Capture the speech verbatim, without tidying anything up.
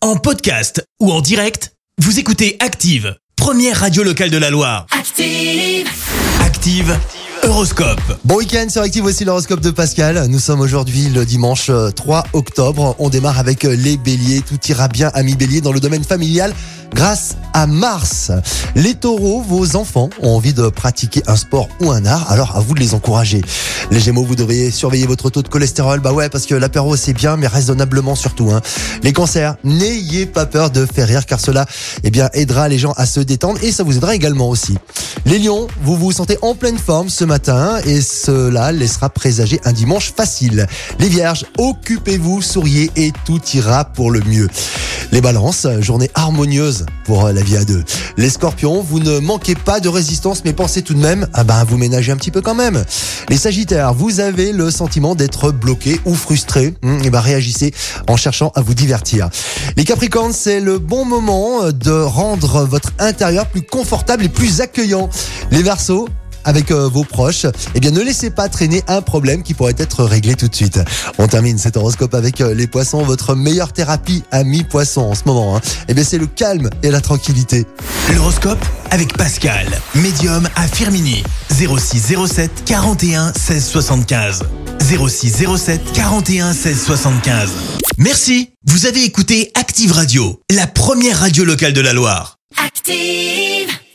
En podcast ou en direct, vous écoutez Active, première radio locale de la Loire. Active, Active Horoscope. Bon week-end sur Active, voici l'horoscope de Pascal. Nous sommes aujourd'hui le dimanche trois octobre. On démarre avec les béliers. Tout ira bien, amis béliers, dans le domaine familial grâce à Mars. Les taureaux, vos enfants ont envie de pratiquer un sport ou un art, alors à vous de les encourager. Les gémeaux, vous devriez surveiller votre taux de cholestérol. Bah ouais, parce que l'apéro c'est bien, mais raisonnablement surtout. Hein. Les cancers, n'ayez pas peur de faire rire, car cela eh bien, aidera les gens à se détendre et ça vous aidera également aussi. Les lions, vous vous sentez en pleine forme ce matin et cela laissera présager un dimanche facile. Les vierges, occupez-vous, souriez et tout ira pour le mieux. Les balances, journée harmonieuse pour la vie à deux. Les scorpions, vous ne manquez pas de résistance, mais pensez tout de même à ben, vous ménager un petit peu quand même. Les sagittaires, vous avez le sentiment d'être bloqué ou frustré. Et ben, réagissez en cherchant à vous divertir. Les capricornes, c'est le bon moment de rendre votre intérieur plus confortable et plus accueillant. Les verseaux, avec euh, vos proches, eh bien ne laissez pas traîner un problème qui pourrait être réglé tout de suite. On termine cet horoscope avec euh, les poissons, votre meilleure thérapie ami poisson en ce moment. Hein. Eh bien c'est le calme et la tranquillité. L'horoscope avec Pascal, médium à Firminy, zéro six zéro sept quarante et un seize soixante-quinze. zéro six zéro sept quarante et un seize soixante-quinze. Merci, vous avez écouté Active Radio, la première radio locale de la Loire. Active!